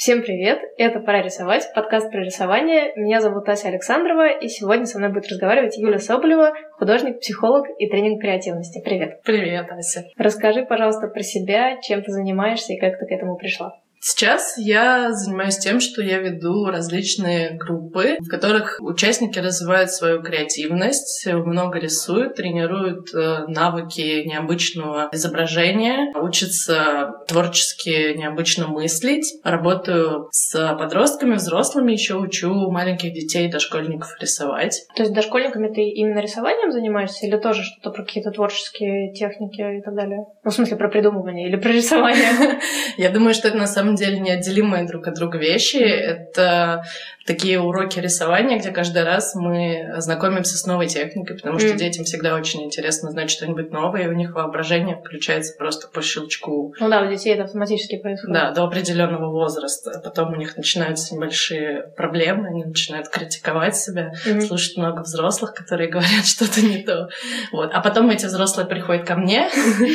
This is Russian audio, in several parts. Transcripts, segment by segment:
Всем привет! Это «Пора рисовать», подкаст про рисование. Меня зовут Ася Александрова, и сегодня со мной будет разговаривать Юля Соболева, художник, психолог и тренинг креативности. Привет! Привет, Ася! Расскажи, пожалуйста, про себя, чем ты занимаешься и как ты к этому пришла. Сейчас я занимаюсь тем, что я веду различные группы, в которых участники развивают свою креативность, много рисуют, тренируют навыки необычного изображения, учатся творчески необычно мыслить. Работаю с подростками, взрослыми, еще учу маленьких детей, дошкольников рисовать. То есть дошкольниками ты именно рисованием занимаешься или тоже что-то про какие-то творческие техники и так далее? Ну, в смысле, про придумывание или про рисование? Я думаю, что это на самом деле неотделимые друг от друга вещи. Это такие уроки рисования, где каждый раз мы знакомимся с новой техникой, потому что детям всегда очень интересно знать что-нибудь новое, и у них воображение включается просто по щелчку. Ну да, у детей это автоматически происходит. Да, до определенного возраста. Потом у них начинаются небольшие проблемы, они начинают критиковать себя, слушать много взрослых, которые говорят что-то не то. Вот. А потом эти взрослые приходят ко мне,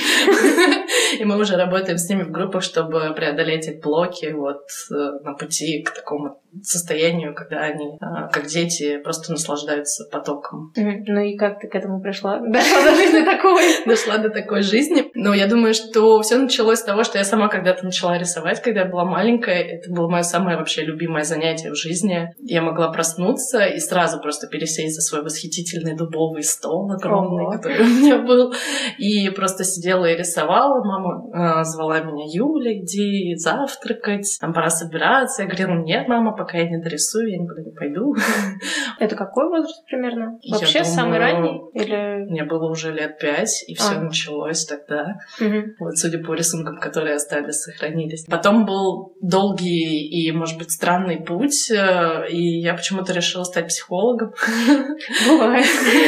и мы уже работаем с ними в группах, чтобы преодолеть эти блоки на пути к такому состоянию, когда они, как дети, просто наслаждаются потоком. Ну и как ты к этому пришла? Дошла до жизни такой? Дошла до такой жизни. Но я думаю, что все началось с того, что я сама когда-то начала рисовать, когда я была маленькая. Это было мое самое вообще любимое занятие в жизни. Я могла проснуться и сразу просто пересесть за свой восхитительный дубовый стол огромный, который у меня был. И просто сидела и рисовала. Мама звала меня: Юля, иди завтракать, нам пора собираться. Я говорила: нет, мама, пока я не дорисую, я никуда не пойду. Это какой возраст примерно? Вообще самый ранний? Или... Мне было уже лет 5, и все началось тогда. Вот, судя по рисункам, которые остались, сохранились. Потом был долгий и, может быть, странный путь, и я почему-то решила стать психологом. Бывает.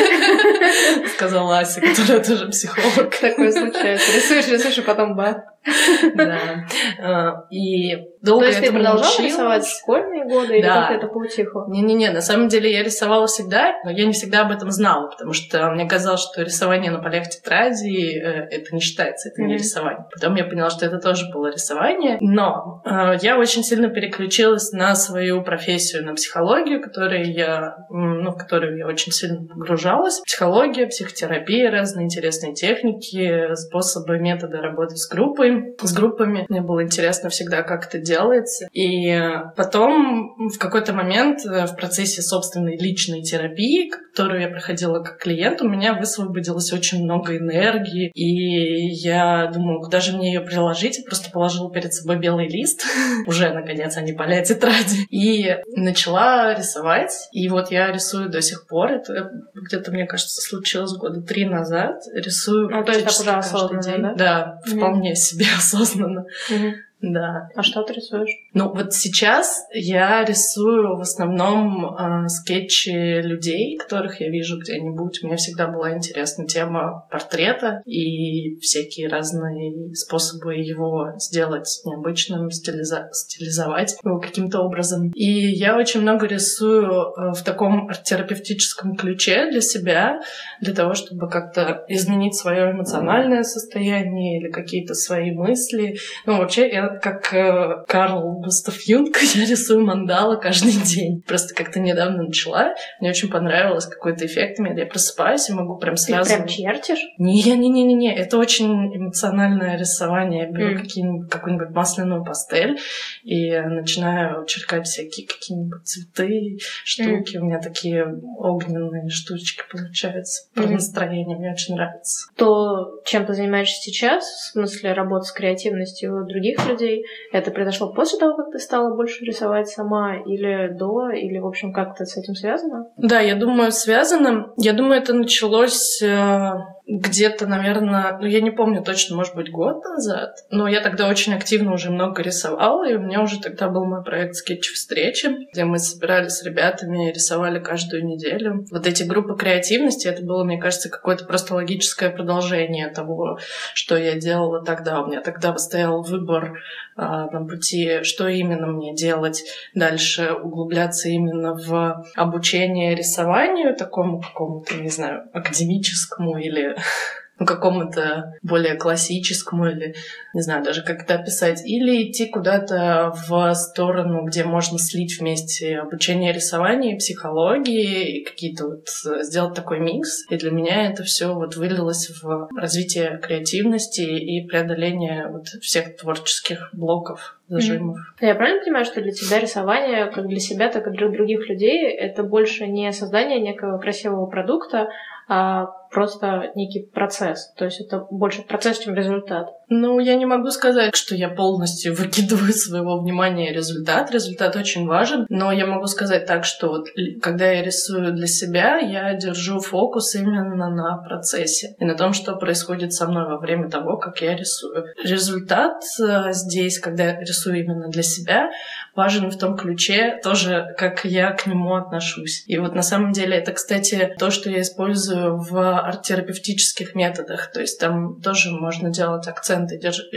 Сказала Ася, которая тоже психолог. Такое случается. Рисуешь, и потом ба. Да. И долго этому училась. То есть ты продолжала рисовать в школьные годы, или как это поутихло? Не-не-не, на самом деле я рисовала всегда, но я не всегда об этом знала, потому что мне казалось, что рисование на полях тетради это не считается, это не рисование. Потом я поняла, что это тоже было рисование, но я очень сильно переключилась на свою профессию, на психологию, в которую я очень сильно погружалась. Психология, психотерапия, разные интересные техники, способы, методы работы с группами. Мне было интересно всегда, как это делается. И потом в какой-то момент в процессе собственной личной терапии, которую я проходила как клиент, у меня высвободилось очень много энергии. И я думала, куда же мне ее приложить? Я просто положила перед собой белый лист. Уже, наконец, а не поля тетради. И начала рисовать. И вот я рисую до сих пор. Это где-то, мне кажется, случилось 3 года назад. Рисую практически каждый день. Да, вполне себе осознанно. Да. А что ты рисуешь? Ну, вот сейчас я рисую в основном скетчи людей, которых я вижу где-нибудь. Мне всегда была интересна тема портрета и всякие разные способы его сделать необычным, стилизовать его каким-то образом. И я очень много рисую в таком арт-терапевтическом ключе для себя, для того, чтобы как-то изменить свое эмоциональное состояние или какие-то свои мысли. Ну, вообще, я как Карл Густав Юнг, я рисую мандалы каждый день. Просто как-то недавно начала. Мне очень понравилось какой-то эффект. Я просыпаюсь и могу прям сразу... Ты прям чертишь? Не. Это очень эмоциональное рисование. Я беру какую-нибудь масляную пастель и начинаю черкать всякие какие-нибудь цветы, штуки. У меня такие огненные штучки получаются. Про настроение мне очень нравится. То, чем ты занимаешься сейчас, в смысле работы с креативностью других людей, это произошло после того, как ты стала больше рисовать сама, или до, или, в общем, как-то с этим связано? Да, я думаю, связано. Я думаю, это началось где-то, наверное, я не помню точно, может быть, год назад, но я тогда очень активно уже много рисовала, и у меня уже тогда был мой проект «Скетч-встречи», где мы собирались с ребятами и рисовали каждую неделю. Вот эти группы креативности, это было, мне кажется, какое-то просто логическое продолжение того, что я делала тогда. У меня тогда стоял выбор на пути, что именно мне делать дальше, углубляться именно в обучение рисованию, такому какому-то, не знаю, академическому или какому-то более классическому или, не знаю, даже как это описать, или идти куда-то в сторону, где можно слить вместе обучение рисованию, психологии и какие-то вот сделать такой микс. И для меня это все вот вылилось в развитие креативности и преодоление вот всех творческих блоков, зажимов. Я правильно понимаю, что для тебя рисование, как для себя, так и для других людей, это больше не создание некого красивого продукта, а просто некий процесс. То есть это больше процесс, чем результат. Ну, я не могу сказать, что я полностью выкидываю своего внимания результат. Результат очень важен, но я могу сказать так, что вот, когда я рисую для себя, я держу фокус именно на процессе и на том, что происходит со мной во время того, как я рисую. Результат здесь, когда я рисую именно для себя, важен в том ключе тоже, как я к нему отношусь. И вот на самом деле это, кстати, то, что я использую в арт-терапевтических методах. То есть там тоже можно делать акценты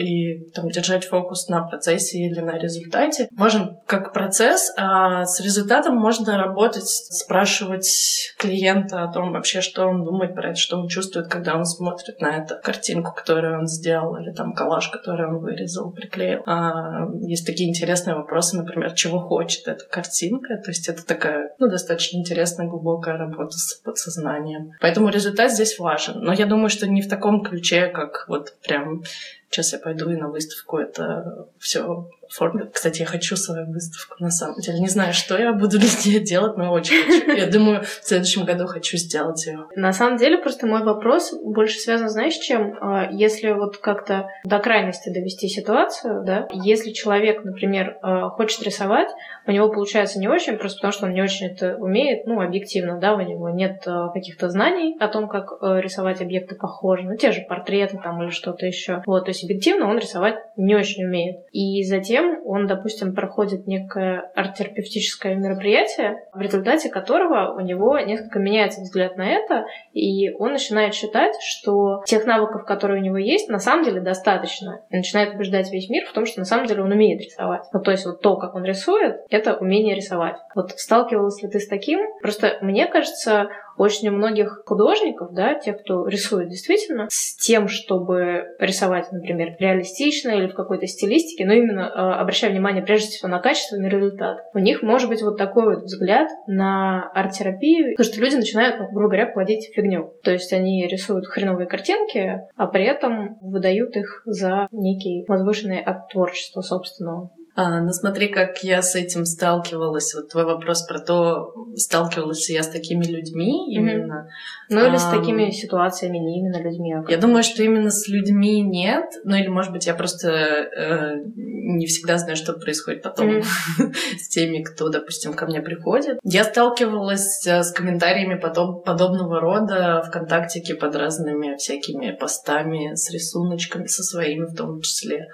и там, держать фокус на процессе или на результате. Важен как процесс, а с результатом можно работать, спрашивать клиента о том вообще, что он думает про это, что он чувствует, когда он смотрит на эту картинку, которую он сделал, или там коллаж, который он вырезал, приклеил. Есть такие интересные вопросы, например, чего хочет эта картинка. То есть это такая, достаточно интересная, глубокая работа с подсознанием. Поэтому результат здесь важен. Но я думаю, что не в таком ключе, как вот прям сейчас я пойду и на выставку это все оформлю. Кстати, я хочу свою выставку, на самом деле. Не знаю, что я буду везде делать, но очень хочу. Я думаю, в следующем году хочу сделать ее. На самом деле, просто мой вопрос больше связан, знаешь, с чем? Если вот как-то до крайности довести ситуацию, да, если человек, например, хочет рисовать, у него получается не очень, просто потому что он не очень это умеет, объективно, да, у него нет каких-то знаний о том, как рисовать объекты похожи, те же портреты там или что-то еще. Вот, то есть объективно он рисовать не очень умеет. И затем он, допустим, проходит некое арт-терапевтическое мероприятие, в результате которого у него несколько меняется взгляд на это, и он начинает считать, что тех навыков, которые у него есть, на самом деле достаточно. И начинает убеждать весь мир в том, что на самом деле он умеет рисовать. То есть вот то, как он рисует, это умение рисовать. Вот сталкивалась ли ты с таким? Просто мне кажется, очень у многих художников, да, тех, кто рисует действительно, с тем, чтобы рисовать, например, реалистично или в какой-то стилистике, но именно обращая внимание прежде всего на качество и на результат. У них может быть вот такой вот взгляд на арт-терапию, потому что люди начинают, грубо говоря, плодить фигню. То есть они рисуют хреновые картинки, а при этом выдают их за некий возвышенный акт творчества собственного. Смотри, как я с этим сталкивалась. Вот твой вопрос про то, сталкивалась ли я с такими людьми именно. Или с такими ситуациями, не именно людьми. Я думаю, что именно с людьми нет. Или, может быть, я просто не всегда знаю, что происходит потом с теми, кто, допустим, ко мне приходит. Я сталкивалась с комментариями подобного рода ВКонтактике под разными всякими постами с рисуночками, со своими в том числе.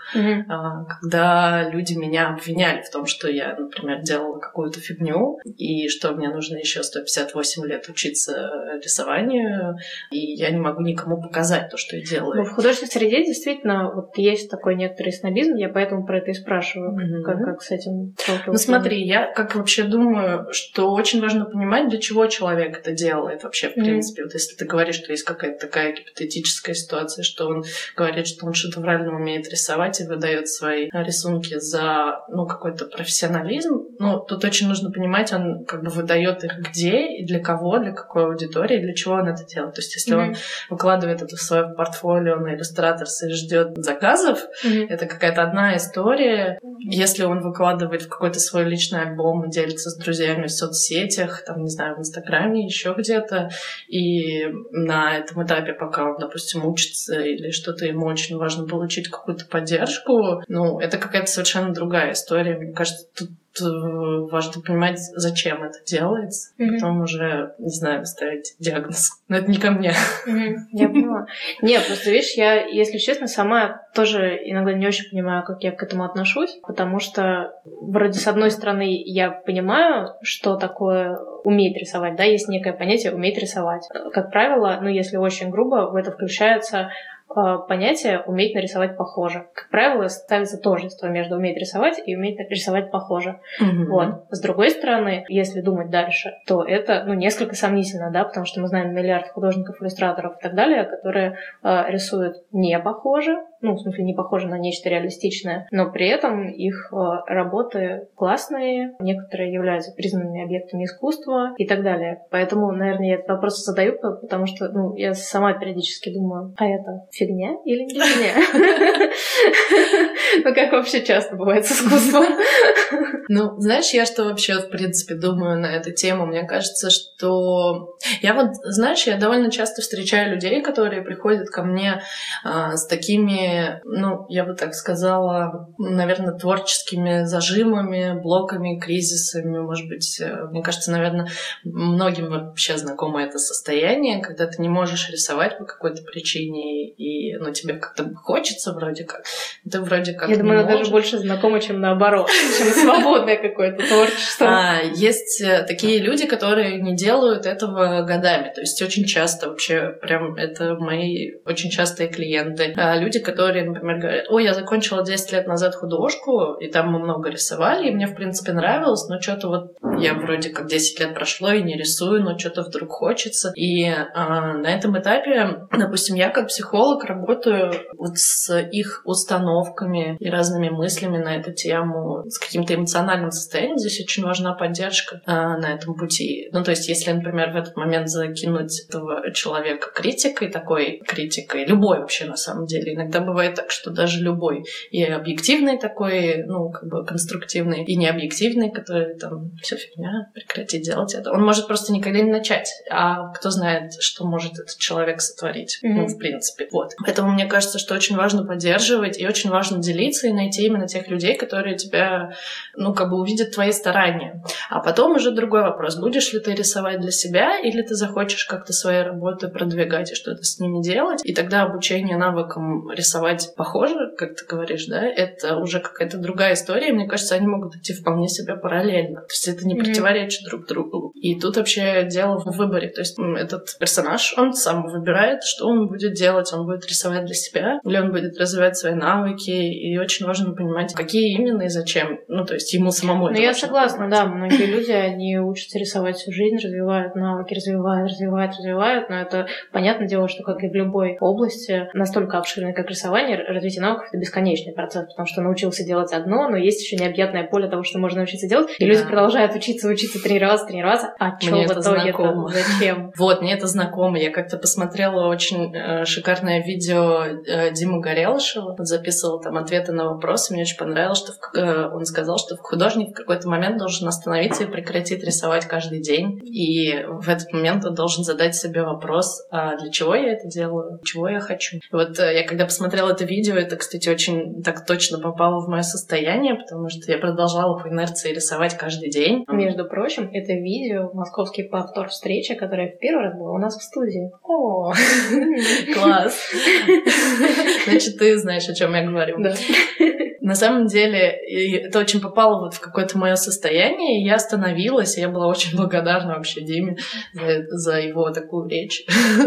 Когда люди меня обвиняли в том, что я, например, делала какую-то фигню, и что мне нужно еще 158 лет учиться рисованию, и я не могу никому показать то, что я делаю. В художественной среде действительно вот есть такой некоторый снобизм, я поэтому про это и спрашиваю, как с этим сталкиваться. Смотри, я как вообще думаю, что очень важно понимать, для чего человек это делает вообще, в принципе. Вот если ты говоришь, что есть какая-то такая гипотетическая ситуация, что он говорит, что он шедеврально умеет рисовать и выдает свои рисунки за какой-то профессионализм. Тут очень нужно понимать, он как бы выдает их где и для кого, для какой аудитории, для чего он это делает. То есть если он выкладывает это в свое портфолио на Illustrator и ждет заказов, это какая-то одна история. Если он выкладывает в какой-то свой личный альбом и делится с друзьями в соцсетях, там, не знаю, в Инстаграме, еще где-то, и на этом этапе, пока он, допустим, учится или что-то ему очень важно получить какую-то поддержку, это какая-то совершенно другая история. Мне кажется, тут важно понимать, зачем это делается, потом уже, не знаю, ставить диагноз. Но это не ко мне. Я поняла. Нет, просто, видишь, я, если честно, сама тоже иногда не очень понимаю, как я к этому отношусь, потому что вроде с одной стороны я понимаю, что такое уметь рисовать, да, есть некое понятие уметь рисовать. Как правило, если очень грубо, в это включается понятие «уметь нарисовать похоже». Как правило, ставится тождество между «уметь рисовать» и «уметь рисовать похоже». Вот. С другой стороны, если думать дальше, то это несколько сомнительно, да, потому что мы знаем миллиард художников, иллюстраторов и так далее, которые рисуют не похоже, в смысле не похоже на нечто реалистичное, но при этом их работы классные, некоторые являются признанными объектами искусства и так далее. Поэтому, наверное, я этот вопрос задаю, потому что я сама периодически думаю, а это фигня или не фигня? Как вообще часто бывает с искусством. Знаешь, я что вообще, в принципе, думаю на эту тему? Мне кажется, что... Я довольно часто встречаю людей, которые приходят ко мне с такими, я бы так сказала, наверное, творческими зажимами, блоками, кризисами. Может быть, мне кажется, наверное, многим вообще знакомо это состояние, когда ты не можешь рисовать по какой-то причине, и тебе как-то хочется вроде как. Ты вроде как я думаю, она даже больше знакома, чем наоборот, чем свободное какое-то творчество. Есть такие люди, которые не делают этого годами. То есть очень часто вообще прям это мои очень частые клиенты. Люди, которые, например, говорят: ой, я закончила 10 лет назад художку, и там мы много рисовали, и мне, в принципе, нравилось, но что-то я вроде как 10 лет прошло и не рисую, но что-то вдруг хочется. И на этом этапе, допустим, я как психолог работаю с их установками и разными мыслями на эту тему, с каким-то эмоциональным состоянием. Здесь очень важна поддержка на этом пути. То есть, если, например, в этот момент закинуть этого человека критикой, любой вообще на самом деле. Иногда бывает так, что даже любой. И объективный такой, конструктивный, и необъективный, который все фигня, прекрати делать это. Он может просто никогда не начать. А кто знает, что может этот человек сотворить, в принципе. Вот. Поэтому мне кажется, что очень важно поддерживать и очень важно делиться и найти именно тех людей, которые тебя, увидят твои старания. А потом уже другой вопрос. Будешь ли ты рисовать для себя, или ты захочешь как-то свои работы продвигать и что-то с ними делать? И тогда обучение навыкам рисовать похоже, как ты говоришь, да, это уже какая-то другая история. И мне кажется, они могут идти вполне себе параллельно. То есть это не противоречит друг другу. И тут вообще дело в выборе. То есть этот персонаж, он сам выбирает, что он будет делать. Он будет рисовать для себя, или он будет развивать свои навыки. И очень важно понимать, какие именно и зачем. То есть ему самому это я согласна, да. Многие люди, они учатся рисовать всю жизнь, развивают навыки, развивают. Но это понятное дело, что, как и в любой области, настолько обширной, как рисование, развитие навыков — это бесконечный процесс, потому что научился делать одно, но есть еще необъятное поле того, что можно научиться делать. И люди продолжают учиться, тренироваться. А что в итоге-то? Зачем? Мне это знакомо. Я как-то посмотрела очень шикарное видео Димы Горелышева. Он записывал там ответы на вопросы. Мне очень понравилось, что он сказал, что художник в какой-то момент должен остановиться и прекратить рисовать каждый день. И в этот момент он должен задать себе вопрос: а для чего я это делаю? Чего я хочу? Я когда посмотрела это видео, это, кстати, очень так точно попало в мое состояние, потому что я продолжала по инерции рисовать каждый день. Между прочим, это видео — московский повтор встречи, которая в первый раз была у нас в студии. О, класс! Значит, ты знаешь, о чем я говорю. Да. На самом деле, это очень попало в какое-то мое состояние, и я остановилась, и я была очень благодарна вообще Диме за его такую речь,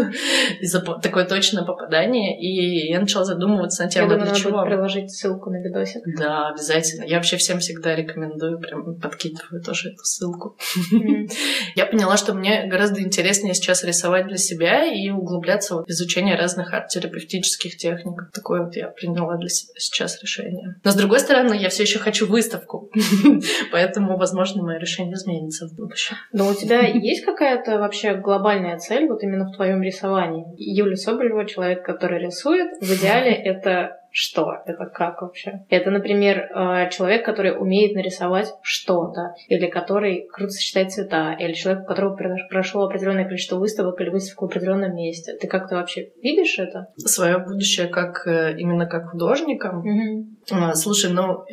и за такое точное попадание, и я начала задумываться над тем, для чего. Я думаю, надо приложить ссылку на видосик. Да, обязательно. Я вообще всем всегда рекомендую, прям подкидываю тоже эту ссылку. Я поняла, что мне гораздо интереснее сейчас рисовать для себя и углубляться в изучение разных арт-терапевтических техник. Такое я приняла для себя сейчас решение. Но, с другой стороны, я все еще хочу выставку. Поэтому, возможно, мое решение изменится в будущем. Но у тебя есть какая-то вообще глобальная цель именно в твоем рисовании? Юлия Соболева — человек, который рисует. В идеале это что? Это как вообще? Это, например, человек, который умеет нарисовать что-то, или который круто сочетает цвета, или человек, у которого прошло определенное количество выставок или выставку в определенном месте. Ты как-то вообще видишь это? Свое будущее именно как художника? Слушай,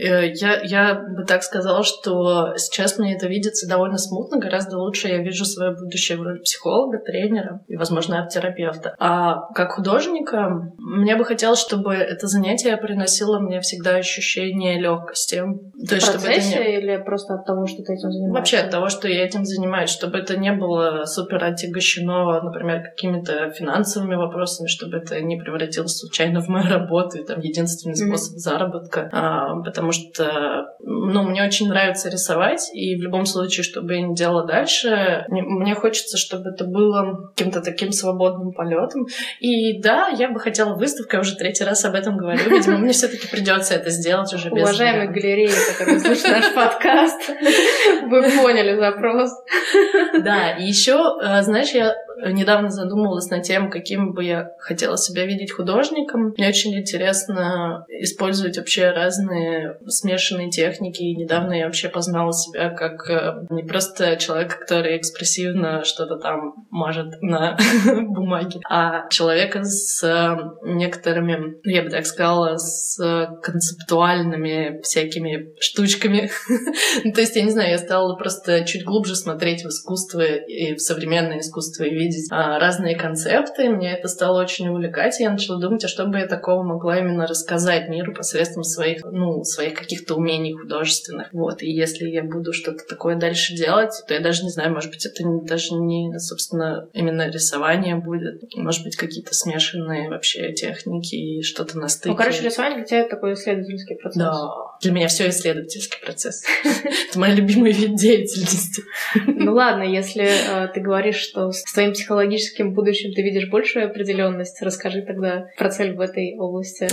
я бы так сказала, что сейчас мне это видится довольно смутно. Гораздо лучше я вижу свое будущее в роли психолога, тренера и, возможно, арт-терапевта. А как художника мне бы хотелось, чтобы это занятие занятие приносило мне всегда ощущение легкости. То есть, в процессе или просто от того, что ты этим занимаешься? Вообще от того, что я этим занимаюсь, чтобы это не было супер отягощено, например, какими-то финансовыми вопросами, чтобы это не превратилось случайно в мою работу и там единственный способ заработка. Потому что, мне очень нравится рисовать, и в любом случае, что бы я ни делала дальше, мне хочется, чтобы это было каким-то таким свободным полетом. И да, я бы хотела выставку, я уже 3-й раз об этом говорю, видимо, мне все-таки придется это сделать уже без... Уважаемые галереи, которые слушают наш подкаст, вы поняли запрос. Да, и еще, знаешь, я недавно задумывалась над тем, каким бы я хотела себя видеть художником. Мне очень интересно использовать вообще разные смешанные техники. И недавно я вообще познала себя как не просто человека, который экспрессивно что-то там мажет на бумаге, а человека с некоторыми, я бы так сказала, с концептуальными всякими штучками. То есть, я не знаю, я стала просто чуть глубже смотреть в искусство и в современное искусство и видеть разные концепты. Мне это стало очень увлекать, и я начала думать, а что бы я такого могла именно рассказать миру посредством своих каких-то умений художественных. Вот. И если я буду что-то такое дальше делать, то я даже не знаю, может быть, это даже не, собственно, именно рисование будет. Может быть, какие-то смешанные вообще техники и что-то на стыке. Рисование для тебя это такой исследовательский процесс. Да. Для меня все исследовательский процесс. Это мой любимый вид деятельности. Ну ладно, если ты говоришь, что с твоим психологическим будущим ты видишь большую определенность, расскажи тогда про цель в этой области.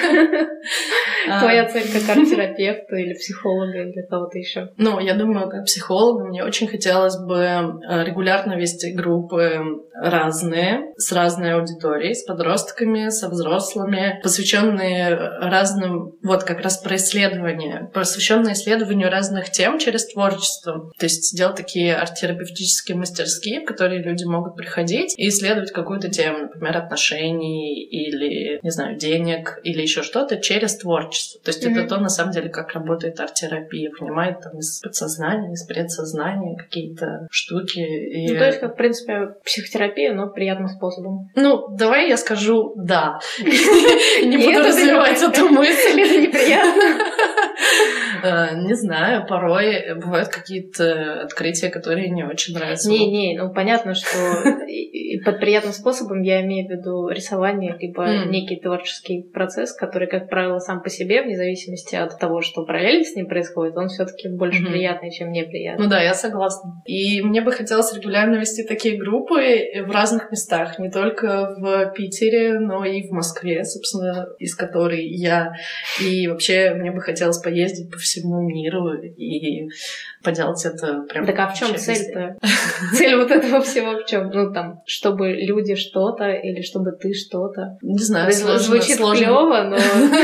Твоя цель как арт-терапевта или психолога или кого-то еще? Я думаю, как психолога мне очень хотелось бы регулярно вести группы разные, с разной аудиторией, с подростками, со взрослыми, посвященные разным, как раз про исследования, посвященные исследованию разных тем через творчество. То есть делать такие арт-терапевтические мастерские, в которые люди могут приходить и исследовать какую-то тему, например, отношений или, не знаю, денег или еще что-то через творчество. То есть это то, на самом деле, как работает арт-терапия. Понимает там из подсознания, из предсознания какие-то штуки. И... то есть, как, в принципе, психотерапия, но приятным способом. Давай я скажу «да». Не буду развивать эту мысль. Это неприятно. Не знаю, порой бывают какие-то открытия, которые не очень нравятся. Понятно, что под приятным способом я имею в виду рисование, либо некий творческий процесс, который, как правило, сам по себе, вне зависимости от того, что параллельно с ним происходит, он все-таки больше приятный, чем неприятный. Да, я согласна. И мне бы хотелось регулярно вести такие группы в разных местах, не только в Питере, но и в Москве, собственно, из которой я. И вообще мне бы хотелось поездить по всему миру и поделать это прям... Так а в чем цель-то? Цель вот этого всего в чем? Чтобы люди что-то или чтобы ты что-то? Не знаю, звучит клёво, но...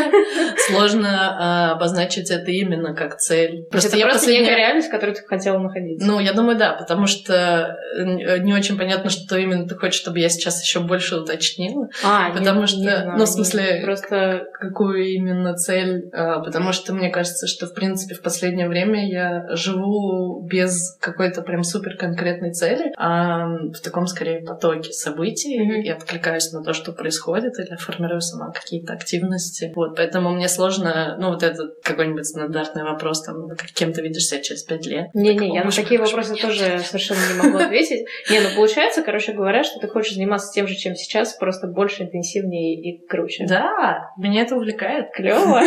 Сложно обозначить это именно как цель. Просто некая реальность, в которой ты хотела находиться. Я думаю, да, потому что не очень понятно, что именно ты хочешь, чтобы я сейчас еще больше уточнила. Потому что, в смысле, просто какую именно цель? Потому что мне кажется, что, в принципе, в последнее время я живу без какой-то прям супер конкретной цели, а в таком, скорее, потоке событий и откликаюсь на то, что происходит, или формирую сама какие-то активности. Поэтому мне сложно, этот какой-нибудь стандартный вопрос, кем ты видишь себя через 5 лет? Я на такие вопросы тоже совершенно не могу ответить. Получается, короче говоря, что ты хочешь заниматься тем же, чем сейчас, просто больше, интенсивнее и круче. Да, меня это увлекает. Клёво.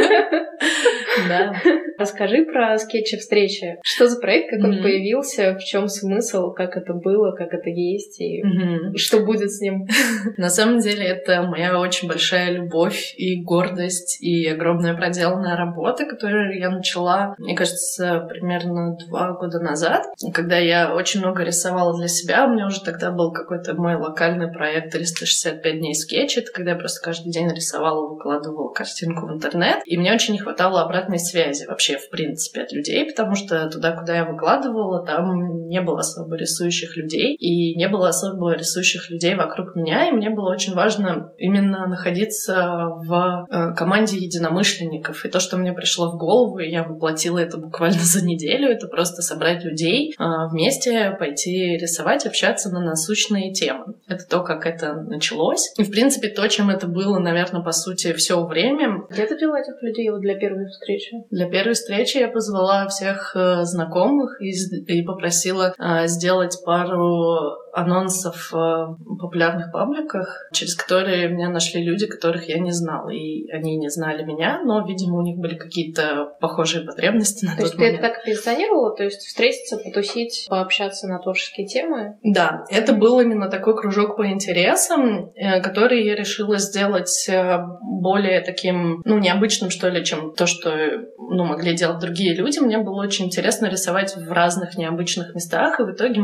Да. Расскажи про скетчи встречи. Что за проект, как он появился, в чем смысл, как это было, как это есть и что будет с ним? На самом деле это моя очень большая любовь и гордость и огромная проделанная работа, которую я начала, мне кажется, примерно 2 года назад, когда я очень много рисовала для себя. У меня уже тогда был какой-то мой локальный проект 365 дней скетч. Это когда я просто каждый день рисовала, выкладывала картинку в интернет. И мне очень не хватало обратной связи вообще, в принципе, от людей, потому что что туда, куда я выкладывала, там не было особо рисующих людей, и не было особо рисующих людей вокруг меня, и мне было очень важно именно находиться в команде единомышленников. И то, что мне пришло в голову, и я воплотила это буквально за неделю, это просто собрать людей вместе, пойти рисовать, общаться на насущные темы. Это то, как это началось. И, в принципе, то, чем это было, наверное, по сути, все время. Где ты взяла этих людей вот для первой встречи? Для первой встречи я позвала всех знакомых и попросила сделать пару анонсов в популярных пабликах, через которые меня нашли люди, которых я не знала. И они не знали меня, но, видимо, у них были какие-то похожие потребности на тот момент. То есть ты это так позиционировала? То есть встретиться, потусить, пообщаться на творческие темы? Да, это был именно такой кружок по интересам, который я решила сделать более таким, необычным, что ли, чем то, что могли делать другие люди. Мне было очень интересно рисовать в разных необычных местах, и в итоге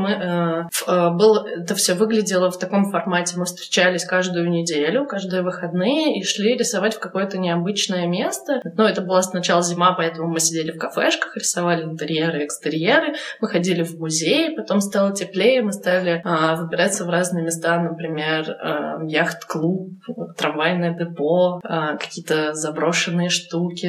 это все выглядело в таком формате. Мы встречались каждую неделю, каждые выходные и шли рисовать в какое-то необычное место. Это была сначала зима, поэтому мы сидели в кафешках, рисовали интерьеры, экстерьеры. Мы ходили в музей, потом стало теплее, мы стали выбираться в разные места, например, яхт-клуб, трамвайное депо, какие-то заброшенные штуки,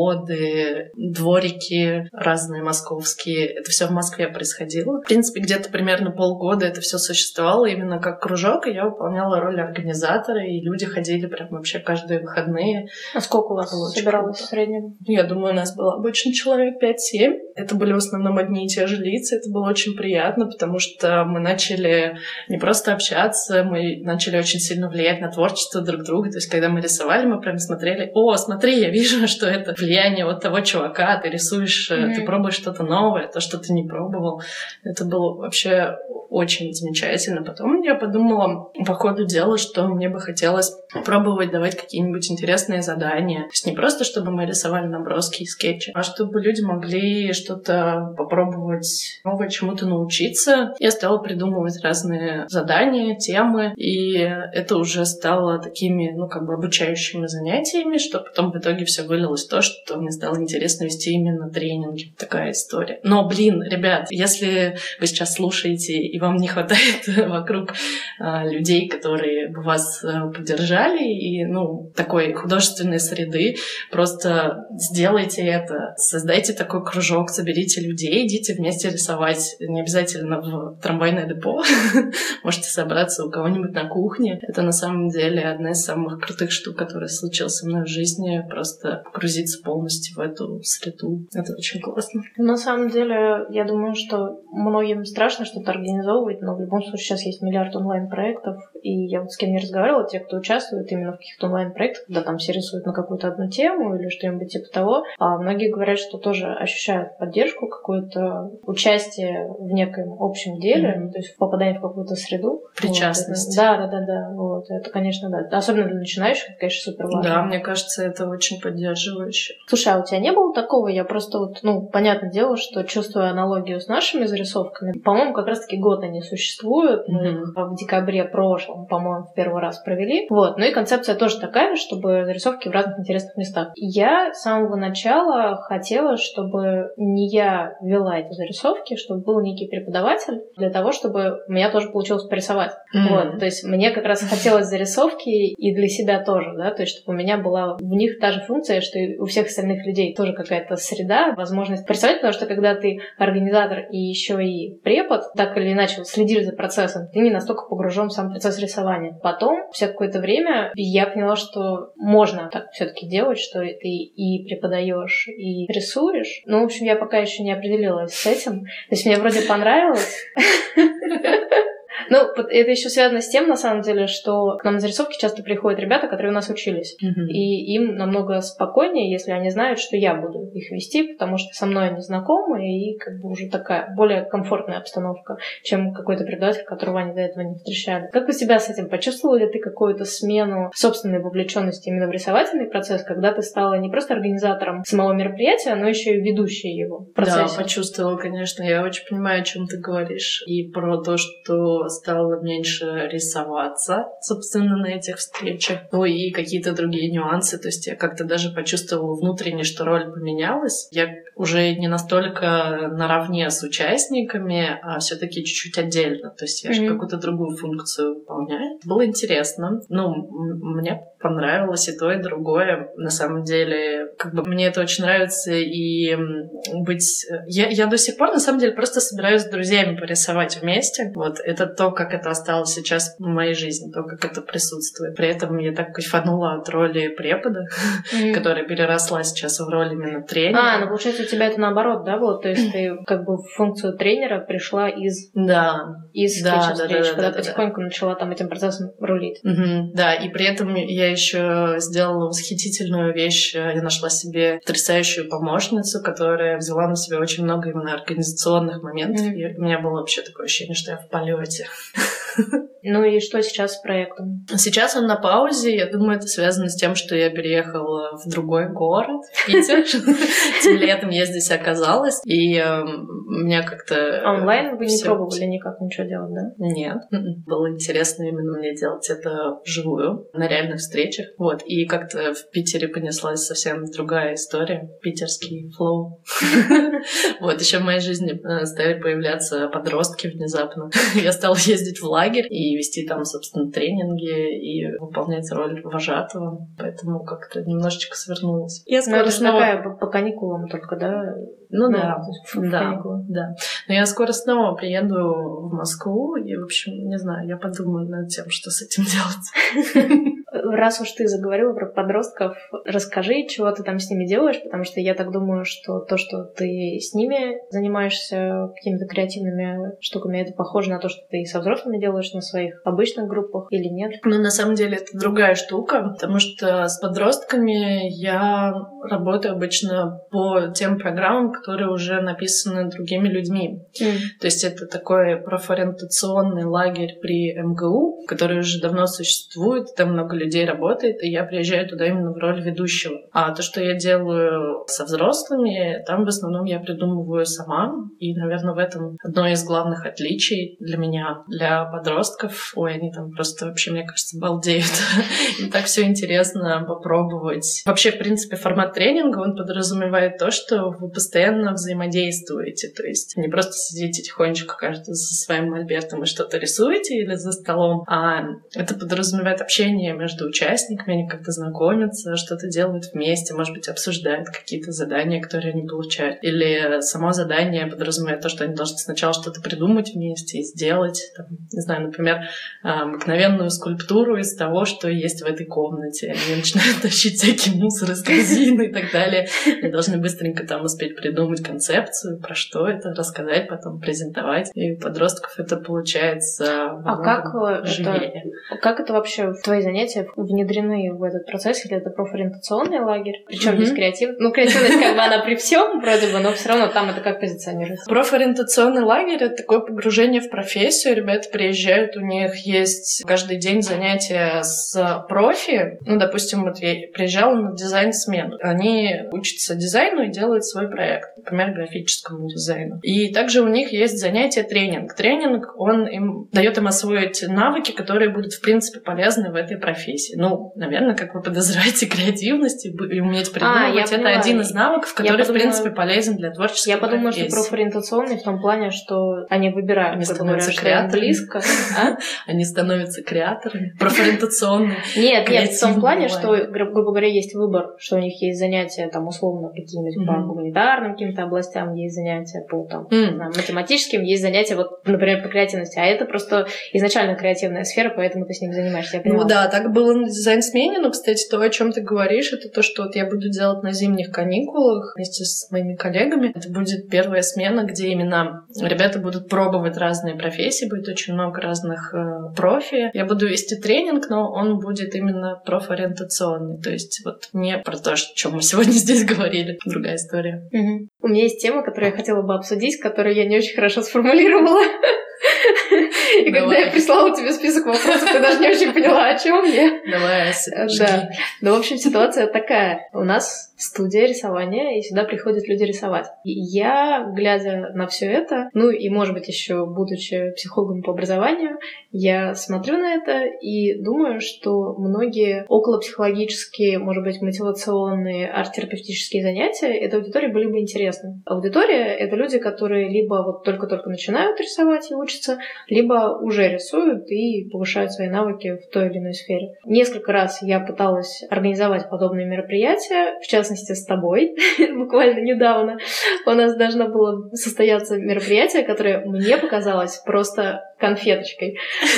заводы, дворики разные московские. Это все в Москве происходило. В принципе, где-то примерно полгода это все существовало именно как кружок, и я выполняла роль организатора, и люди ходили прям вообще каждые выходные. А сколько у вас собиралось в среднем? Я думаю, у нас было обычно человек 5-7. Это были в основном одни и те же лица. Это было очень приятно, потому что мы начали не просто общаться, мы начали очень сильно влиять на творчество друг друга. То есть, когда мы рисовали, мы прям смотрели: о, смотри, я вижу, что это влияние вот того чувака, ты рисуешь, ты пробуешь что-то новое, то, что ты не пробовал. Это было вообще очень замечательно. Потом я подумала по ходу дела, что мне бы хотелось пробовать давать какие-нибудь интересные задания. То есть не просто, чтобы мы рисовали наброски и скетчи, а чтобы люди могли что-то попробовать новое, чему-то научиться. Я стала придумывать разные задания, темы, и это уже стало такими, обучающими занятиями, что потом в итоге все вылилось в то, что мне стало интересно вести именно тренинги. Такая история. Но, ребят, если вы сейчас слушаете и вам не хватает вокруг людей, которые бы вас поддержали, и, такой художественной среды, просто сделайте это. Создайте такой кружок, соберите людей, идите вместе рисовать. Не обязательно в трамвайное депо. Можете собраться у кого-нибудь на кухне. Это, на самом деле, одна из самых крутых штук, которая случилась со мной в жизни. Просто погрузиться полностью в эту среду. Это очень классно. На самом деле, я думаю, что многим страшно что-то организовывать, но в любом случае сейчас есть миллиард онлайн-проектов, и я вот с кем не разговаривала, те, кто участвует именно в каких-то онлайн-проектах, когда там все рисуют на какую-то одну тему или что-нибудь типа того, а многие говорят, что тоже ощущают поддержку, какое-то участие в неком общем деле, то есть попадание в какую-то среду. Причастность. Да. Вот, это, конечно, да. Особенно для начинающих, это, конечно, супер важно. Да, мне кажется, это очень поддерживающе. Слушай, а у тебя не было такого? Я просто понятное дело, что чувствую аналогию с нашими зарисовками. По-моему, как раз-таки год они существуют. Мы их в декабре прошлом, по-моему, в первый раз провели. Вот. Ну и концепция тоже такая, чтобы зарисовки в разных интересных местах. Я с самого начала хотела, чтобы не я вела эти зарисовки, чтобы был некий преподаватель для того, чтобы у меня тоже получилось порисовать. Вот. То есть мне как раз хотелось зарисовки и для себя тоже, да, то есть чтобы у меня была в них та же функция, что и у всех остальных людей тоже какая-то среда, возможность порисовать, потому что когда ты организатор и еще и препод, так или иначе следишь за процессом, ты не настолько погружен в сам процесс рисования. Потом, спустя какое-то время, я поняла, что можно так все-таки делать, что ты и преподаешь, и рисуешь. Ну, в общем, я пока еще не определилась с этим. То есть мне вроде понравилось. Ну, это еще связано с тем, на самом деле, что к нам на зарисовки часто приходят ребята, которые у нас учились. И им намного спокойнее, если они знают, что я буду их вести, потому что со мной они знакомы, и как бы уже такая более комфортная обстановка, чем какой-то преподаватель, которого они до этого не встречали. Как у тебя с этим? Почувствовала ли ты какую-то смену собственной вовлеченности именно в рисовательный процесс, когда ты стала не просто организатором самого мероприятия, но еще и ведущей его в процессе? Да, почувствовала, конечно. Я очень понимаю, о чем ты говоришь. И про то, что стала меньше рисоваться, собственно, на этих встречах. Ну и какие-то другие нюансы. То есть я как-то даже почувствовала внутренне, что роль поменялась. Я уже не настолько наравне с участниками, а все-таки чуть-чуть отдельно. То есть я же какую-то другую функцию выполняю. Было интересно. Ну, мне понравилось и то, и другое. На самом деле, как бы мне это очень нравится. И быть... Я до сих пор, на самом деле, просто собираюсь с друзьями порисовать вместе. Вот это то, как это осталось сейчас в моей жизни, то, как это присутствует. При этом я так кайфанула от роли препода, которая переросла сейчас в роль именно тренера. Ну получается, у тебя это наоборот, да, было? То есть ты как бы в функцию тренера пришла из встречи, когда потихоньку начала там этим процессом рулить. Да, и при этом я еще сделала восхитительную вещь. Я нашла себе потрясающую помощницу, которая взяла на себя очень много именно организационных моментов. И у меня было вообще такое ощущение, что я в полете. Ну и что сейчас с проектом? Сейчас он на паузе. Я думаю, это связано с тем, что я переехала в другой город, в Питер. Тем летом я здесь оказалась. И меня как-то... Онлайн вы не пробовали никак ничего делать, да? Нет. Было интересно именно мне делать это вживую, на реальных встречах. Вот. И как-то в Питере понеслась совсем другая история. Питерский флоу. Вот. Еще в моей жизни стали появляться подростки внезапно. Я стала ездить в лагерь и вести там, собственно, тренинги и выполнять роль вожатого. Поэтому как-то немножечко свернулась. Я скоро снова... такая по каникулам только, да? Ну да. Но я скоро снова приеду в Москву и, в общем, не знаю, я подумаю над тем, что с этим делать. Раз уж ты заговорила про подростков, расскажи, чего ты там с ними делаешь, потому что я так думаю, что то, что ты с ними занимаешься какими-то креативными штуками, это похоже на то, что ты и со взрослыми делаешь на своих обычных группах или нет? Ну, на самом деле, это другая штука, потому что с подростками я работаю обычно по тем программам, которые уже написаны другими людьми. То есть это такой профориентационный лагерь при МГУ, который уже давно существует, там много людей работает, и я приезжаю туда именно в роль ведущего. А то, что я делаю со взрослыми, там в основном я придумываю сама, и, наверное, в этом одно из главных отличий для меня. Для подростков, они там просто вообще, мне кажется, балдеют. Им так все интересно попробовать. Вообще, в принципе, формат тренинга, он подразумевает то, что вы постоянно взаимодействуете, то есть не просто сидите тихонечко каждый со своим мольбертом и что-то рисуете или за столом, а это подразумевает общение между участниками, они как-то знакомятся, что-то делают вместе, может быть, обсуждают какие-то задания, которые они получают. Или само задание подразумевает то, что они должны сначала что-то придумать вместе и сделать. Там, не знаю, например, обыкновенную скульптуру из того, что есть в этой комнате. Они начинают тащить всякий мусор из корзины и так далее. Они должны быстренько там успеть придумать концепцию, про что это, рассказать, потом презентовать. И у подростков это получается как это вообще в твои занятия внедрены в этот процесс, или это профориентационный лагерь? Причем здесь креатив? Ну, креативность как бы она при всем вроде бы, но все равно там это как позиционируется? Профориентационный лагерь — это такое погружение в профессию. Ребята приезжают, у них есть каждый день занятия с профи. Ну, допустим, вот я приезжала на дизайн-смену. Они учатся дизайну и делают свой проект, например, графическому дизайну. И также у них есть занятие тренинг. Тренинг, он дает им освоить навыки, которые будут, в принципе, полезны в этой профессии. Ну, наверное, как вы подозреваете, креативность и уметь придумывать — это один из навыков, который, в принципе, полезен для творческой профессии. Я подумала, что профориентационный в том плане, что они выбирают, они становятся креаторами. Близко. Они становятся креаторами. Профориентационные. Нет, в том плане, что, грубо говоря, есть выбор, что у них есть занятия, там, условно, какие-нибудь по гуманитарным каким-то областям, есть занятия по, там, не знаю, математическим, есть занятия, вот, например, по креативности. А это просто изначально креативная сфера, поэтому ты с ним занимаешься. Я понимала. Ну да, так было на дизайн-смене, но, кстати, то, о чем ты говоришь, это то, что вот я буду делать на зимних каникулах вместе с моими коллегами. Это будет первая смена, где именно ребята будут пробовать разные профессии, будет очень много разных профи. Я буду вести тренинг, но он будет именно профориентационный, то есть вот не про то, о чем мы сегодня здесь говорили, другая история. У меня есть тема, которую я хотела бы обсудить, которую я не очень хорошо сформулировала. И когда я прислала тебе список вопросов, ты даже не очень поняла, о чем я. Давай, да. Ну, в общем, ситуация такая. У нас студия рисования, и сюда приходят люди рисовать. И я, глядя на все это, ну и, может быть, еще будучи психологом по образованию, я смотрю на это и думаю, что многие околопсихологические, может быть, мотивационные, арт-терапевтические занятия этой аудитории были бы интересны. Аудитория — это люди, которые либо вот только-только начинают рисовать и учатся, либо уже рисуют и повышают свои навыки в той или иной сфере. Несколько раз я пыталась организовать подобные мероприятия, в частности, с тобой, буквально недавно. У нас должно было состояться мероприятие, которое мне показалось просто конфеточкой.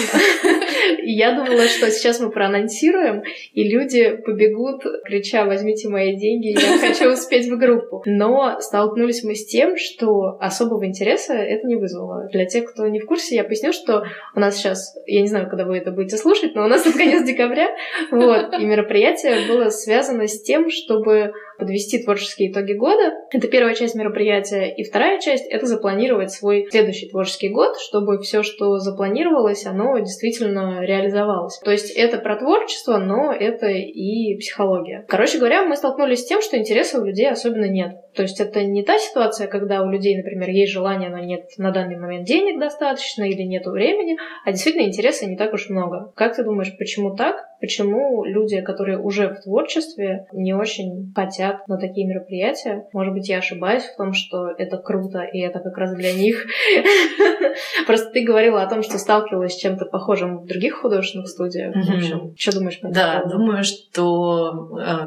И я думала, что сейчас мы проанонсируем, и люди побегут, крича: «Возьмите мои деньги, я хочу успеть в группу». Но столкнулись мы с тем, что особого интереса это не вызвало. Для тех, кто не в курсе, я поясню, что у нас сейчас, я не знаю, когда вы это будете слушать, но у нас тут конец декабря, вот, и мероприятие было связано с тем, чтобы подвести творческие итоги года. Это первая часть мероприятия. И вторая часть — это запланировать свой следующий творческий год, чтобы все, что запланировалось, оно действительно реализовалось. То есть это про творчество, но это и психология. Короче говоря, мы столкнулись с тем, что интереса у людей особенно нет. То есть это не та ситуация, когда у людей, например, есть желание, но нет на данный момент денег достаточно или нет времени, а действительно интереса не так уж много. Как ты думаешь, почему так? Почему люди, которые уже в творчестве, не очень хотят на такие мероприятия? Может быть, я ошибаюсь в том, что это круто, и это как раз для них. Просто ты говорила о том, что сталкивалась с чем-то похожим в других художественных студиях. В общем, что думаешь по этому поводу? Да, думаю, что,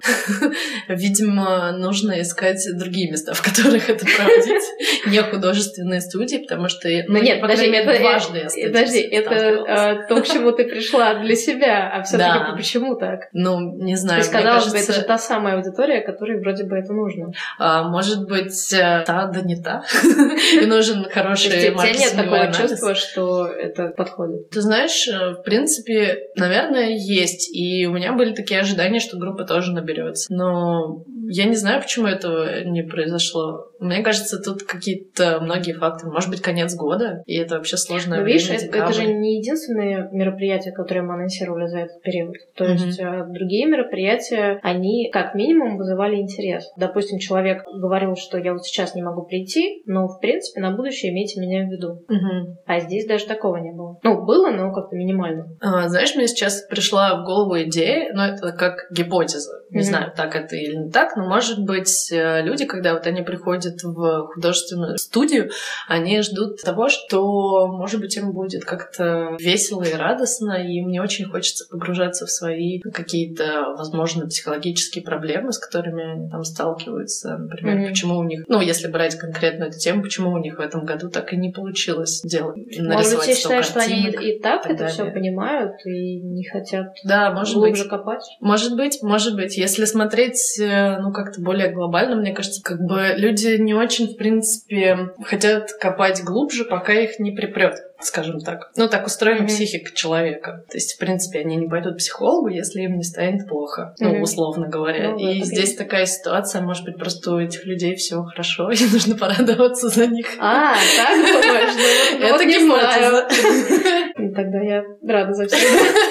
видимо, нужно искать другие места, в которых это проводить, не художественные студии, потому что, ну нет, по крайней мере, дважды я с этим подожди, это то, к чему ты пришла для себя, а все-таки почему так? Ну, не знаю. То есть, казалось бы, это же та самая аудитория, которой вроде бы это нужно. Может быть, та, да не та. И нужен хороший маркетинговый анализ. У тебя нет такого чувства, что это подходит? Ты знаешь, в принципе, наверное, есть. И у меня были такие ожидания, что группа тоже наберется. Но я не знаю, почему этого не произошло. Мне кажется, тут какие-то многие факторы. Может быть, конец года, и это вообще сложное время. Видишь, это же не единственные мероприятия, которые мы анонсировали за этот период. То есть другие мероприятия, они как минимум вызывали интерес. Допустим, человек говорил, что я вот сейчас не могу прийти, но в принципе на будущее имейте меня в виду. А здесь даже такого не было. Ну, было, но как-то минимально. Знаешь, мне сейчас пришла в голову идея, но это как гипотеза. Не знаю, так это или не так, но может быть люди, когда вот они приходят в художественную студию, они ждут того, что, может быть, им будет как-то весело и радостно, и им не очень хочется погружаться в свои какие-то, возможно, психологические проблемы, с которыми они там сталкиваются. Например, почему у них, ну, если брать конкретно эту тему, почему у них в этом году так и не получилось делать, нарисовать может быть, я 100 считаю, что они картинок и так это далее. все понимают и не хотят может глубже быть. копать. Может быть. Если смотреть, ну, как-то более глобально, мне кажется, как бы люди не очень, в принципе, хотят копать глубже, пока их не припрёт, скажем так. Ну, так устроена психика человека. То есть, в принципе, они не пойдут к психологу, если им не станет плохо, ну, условно говоря. Ну, и здесь такая ситуация, может быть, просто у этих людей все хорошо, и нужно порадоваться за них. Так думаешь? Это гипотеза. Тогда я рада за всех.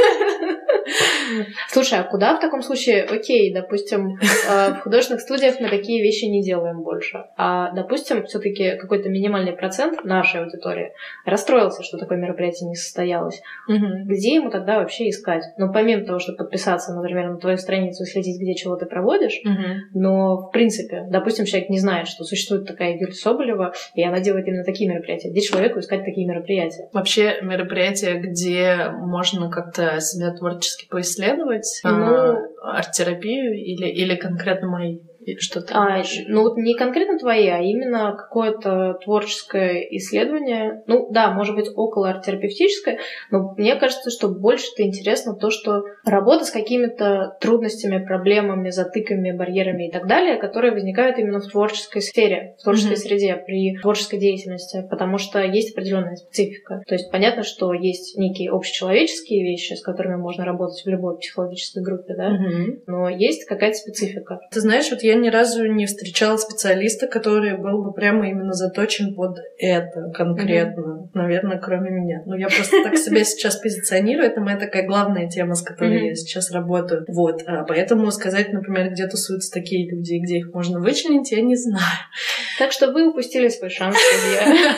Слушай, а куда в таком случае, окей, допустим, в художественных студиях мы такие вещи не делаем больше, а, допустим, все-таки какой-то минимальный процент нашей аудитории расстроился, что такое мероприятие не состоялось. Где ему тогда вообще искать? Ну, помимо того, чтобы подписаться, например, на твою страницу и следить, где чего ты проводишь, но, в принципе, допустим, человек не знает, что существует такая Юлия Соболева, и она делает именно такие мероприятия. Где человеку искать такие мероприятия? Вообще, мероприятия, где можно как-то себя творчески поисследовать, арт-терапию или конкретно мои? Что-то ну вот не конкретно твои, а именно какое-то творческое исследование. Ну да, может быть, около арт-терапевтическое, но мне кажется, что больше-то интересно то, что работа с какими-то трудностями, проблемами, затыками, барьерами и так далее, которые возникают именно в творческой сфере, в творческой среде, при творческой деятельности, потому что есть определенная специфика. То есть понятно, что есть некие общечеловеческие вещи, с которыми можно работать в любой психологической группе, да, но есть какая-то специфика. Ты знаешь, вот я я ни разу не встречала специалиста, который был бы прямо именно заточен под это конкретно. Наверное, кроме меня. Ну, я просто так себя сейчас позиционирую. Это моя такая главная тема, с которой я сейчас работаю. Вот. Поэтому сказать, например, где тусуются такие люди, где их можно вычленить, я не знаю. Так что вы упустили свой шанс, друзья.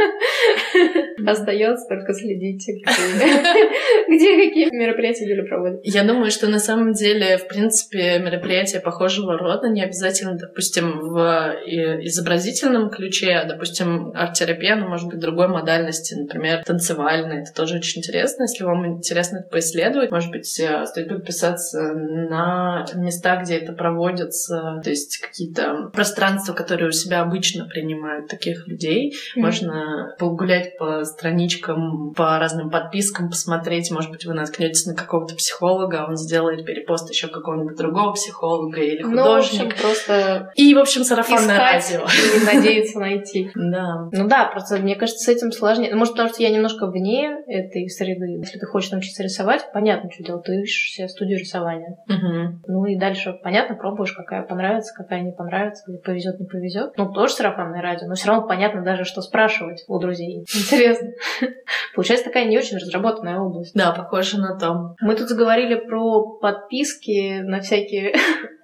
Остается только следить, где какие мероприятия Юля проводит. Я думаю, что на самом деле, в принципе, мероприятия похожего рода не обязательно, допустим, в изобразительном ключе, а, допустим, арт-терапия, но может быть другой модальности, например, танцевальная. Это тоже очень интересно. Если вам интересно это поисследовать, может быть, стоит подписаться на места, где это проводится, то есть какие-то пространства, которые у себя обычно принимают таких людей. Можно погулять по страничкам, по разным подпискам, посмотреть. Может быть, вы наткнетесь на какого-то психолога, он сделает перепост еще какого-нибудь другого психолога или художника. Ну, в общем, просто и, в общем, сарафанное радио. И надеяться найти. Да. Ну да, просто мне кажется, с этим сложнее. Может, потому что я немножко вне этой среды. Если ты хочешь научиться рисовать, понятно, что делать. Ты ищешь себе студию рисования. Ну и дальше, понятно, пробуешь, какая понравится, какая не понравится, где повезет, не повезет. Ну, тоже сарафанное радио, но все равно понятно даже, что спрашивать у друзей. Интересно. Получается, такая не очень разработанная область. Да, похоже на то. Мы тут заговорили про подписки на всякие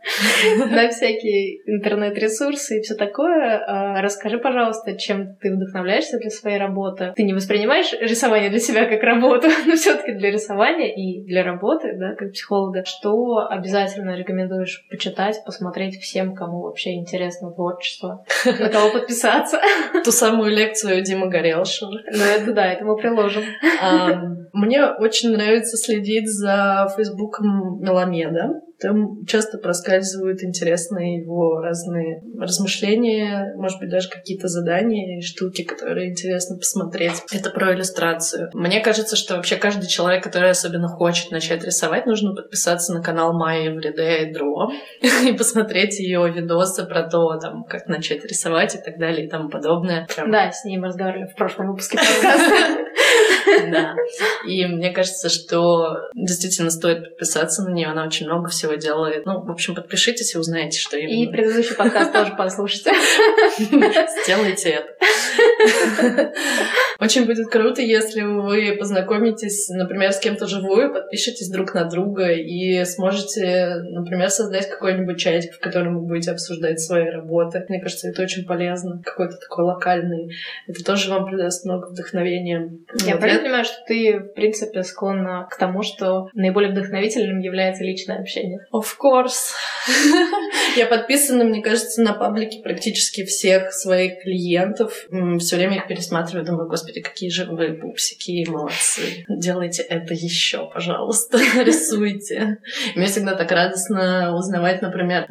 интернет-ресурсы и все такое. Расскажи, пожалуйста, чем ты вдохновляешься для своей работы? Ты не воспринимаешь рисование для себя как работу, но все-таки для рисования и для работы, да, как психолога. Что обязательно рекомендуешь почитать, посмотреть всем, кому вообще интересно творчество? На кого подписаться? Ту самую лекцию Димы Горелшева. Ну, это да, это мы приложим. Мне очень нравится следить за Фейсбуком Меламеда. Там часто проскальзывают интересные его разные размышления, может быть, даже какие-то задания и штуки, которые интересно посмотреть. Это про иллюстрацию. Мне кажется, что вообще каждый человек, который особенно хочет начать рисовать, нужно подписаться на канал Майи Everyday Draw и посмотреть ее видосы про то, там, как начать рисовать и так далее и тому подобное. Да, с ней мы разговаривали в прошлом выпуске подкаста. Да. И мне кажется, что действительно стоит подписаться на нее. Она очень много всего делает. Ну, в общем, подпишитесь и узнаете, что именно. И предыдущий подкаст тоже послушайте. Сделайте это. Очень будет круто, если вы познакомитесь, например, с кем-то живую, подпишитесь друг на друга и сможете, например, создать какой-нибудь чатик, в котором вы будете обсуждать свои работы. Мне кажется, это очень полезно. Какой-то такой локальный. Это тоже вам придаст много вдохновения. Я правильно понимаю, что ты, в принципе, склонна к тому, что наиболее вдохновительным является личное общение? Of course. Я подписана, мне кажется, на паблики практически всех своих клиентов. Все время их пересматриваю, думаю, господи, какие же вы пупсики, молодцы. Делайте это еще, пожалуйста. Рисуйте. Мне всегда так радостно узнавать, например,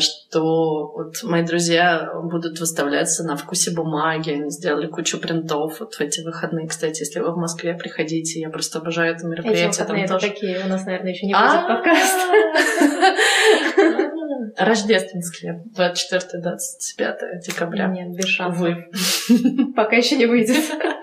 что вот мои друзья будут выставляться на Вкусе бумаги. Они сделали кучу принтов вот в эти выходные. Кстати, если вы в Москве, приходите. Я просто обожаю это мероприятие. Эти выходные это такие. У нас, наверное, еще не будет подкаст. Рождественские. 24-25 декабря. Нет, без шансов. Увы. Пока еще не выйдет.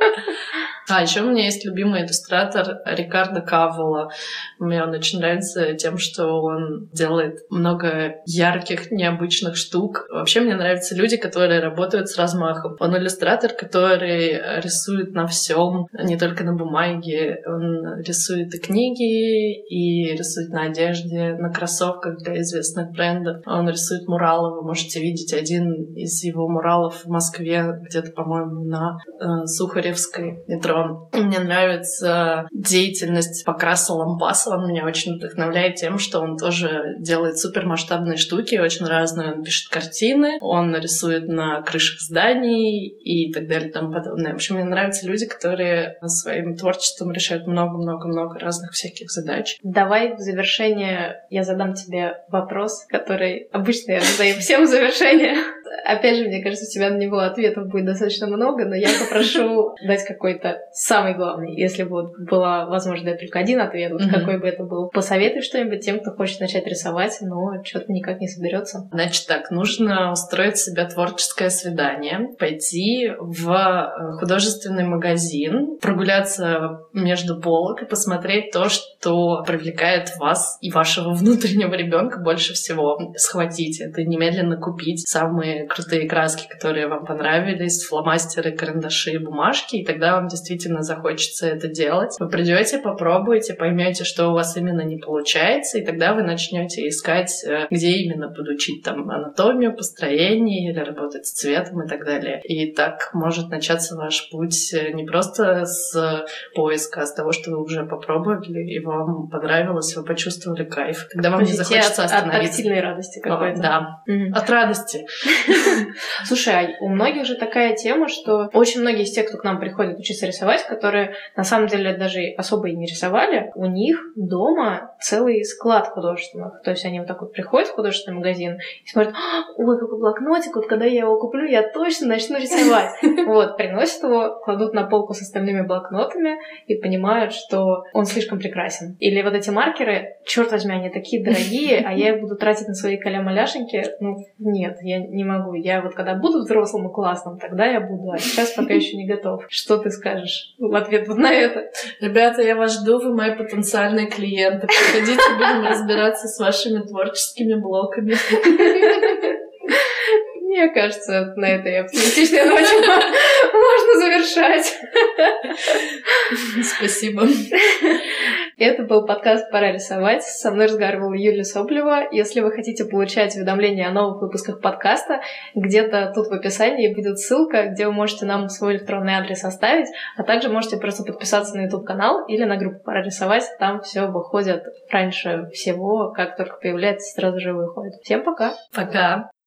Еще у меня есть любимый иллюстратор Рикардо Кавола. Мне он очень нравится тем, что он делает много ярких, необычных штук. Вообще мне нравятся люди, которые работают с размахом. Он иллюстратор, который рисует на всем, не только на бумаге. Он рисует и книги, и рисует на одежде, на кроссовках для известных брендов. Он рисует муралы. Вы можете видеть один из его муралов в Москве, где-то, по-моему, на Сухаревской метро. Мне нравится деятельность Покраса Лампаса. Он меня очень вдохновляет тем, что он тоже делает супермасштабные штуки, очень разные. Он пишет картины, он рисует на крышах зданий и так далее и тому подобное. В общем, мне нравятся люди, которые своим творчеством решают много-много-много разных всяких задач. Давай в завершение я задам тебе вопрос, который обычно я задаю всем в завершение. опять же, мне кажется, у тебя на него ответов будет достаточно много, но я попрошу дать какой-то самый главный. Если бы вот была возможность дать только один ответ, вот какой бы это был. Посоветуй что-нибудь тем, кто хочет начать рисовать, но что-то никак не соберется. Значит так, нужно устроить себе творческое свидание, пойти в художественный магазин, прогуляться между полок и посмотреть то, что привлекает вас и вашего внутреннего ребенка больше всего. Схватить это, немедленно купить самые крутые краски, которые вам понравились, фломастеры, карандаши, бумажки, и тогда вам действительно захочется это делать. Вы придете, попробуете, поймете, что у вас именно не получается, и тогда вы начнете искать, где именно подучить там анатомию, построение или работать с цветом и так далее. И так может начаться ваш путь не просто с поиска, а с того, что вы уже попробовали, и вам понравилось, вы почувствовали кайф. Тогда вам не захочется остановиться. От тактильной радости какой-то. Да, от радости. Слушай, а у многих же такая тема, что очень многие из тех, кто к нам приходит учиться рисовать, которые на самом деле даже особо и не рисовали, у них дома целый склад художественных. То есть они вот так вот приходят в художественный магазин и смотрят: ой, какой блокнотик, вот когда я его куплю, я точно начну рисовать. Вот, приносят его, кладут на полку с остальными блокнотами и понимают, что он слишком прекрасен. Или вот эти маркеры, черт возьми, они такие дорогие, а я их буду тратить на свои каля-маляшеньки. Ну, нет, я не могу. Я вот когда буду взрослым и классным, тогда я буду. А сейчас пока еще не готов. Что ты скажешь в ответ вот на это? Ребята, я вас жду, вы мои потенциальные клиенты. Приходите, будем разбираться с вашими творческими блоками. Мне кажется, на этой оптимистичной ноте можно завершать. Спасибо. Это был подкаст «Пора рисовать». Со мной разговаривала Юлия Соплева. Если вы хотите получать уведомления о новых выпусках подкаста, где-то тут в описании будет ссылка, где вы можете нам свой электронный адрес оставить, а также можете просто подписаться на YouTube-канал или на группу «Пора рисовать». Там все выходит раньше всего, как только появляется, сразу же выходит. Всем пока! Пока!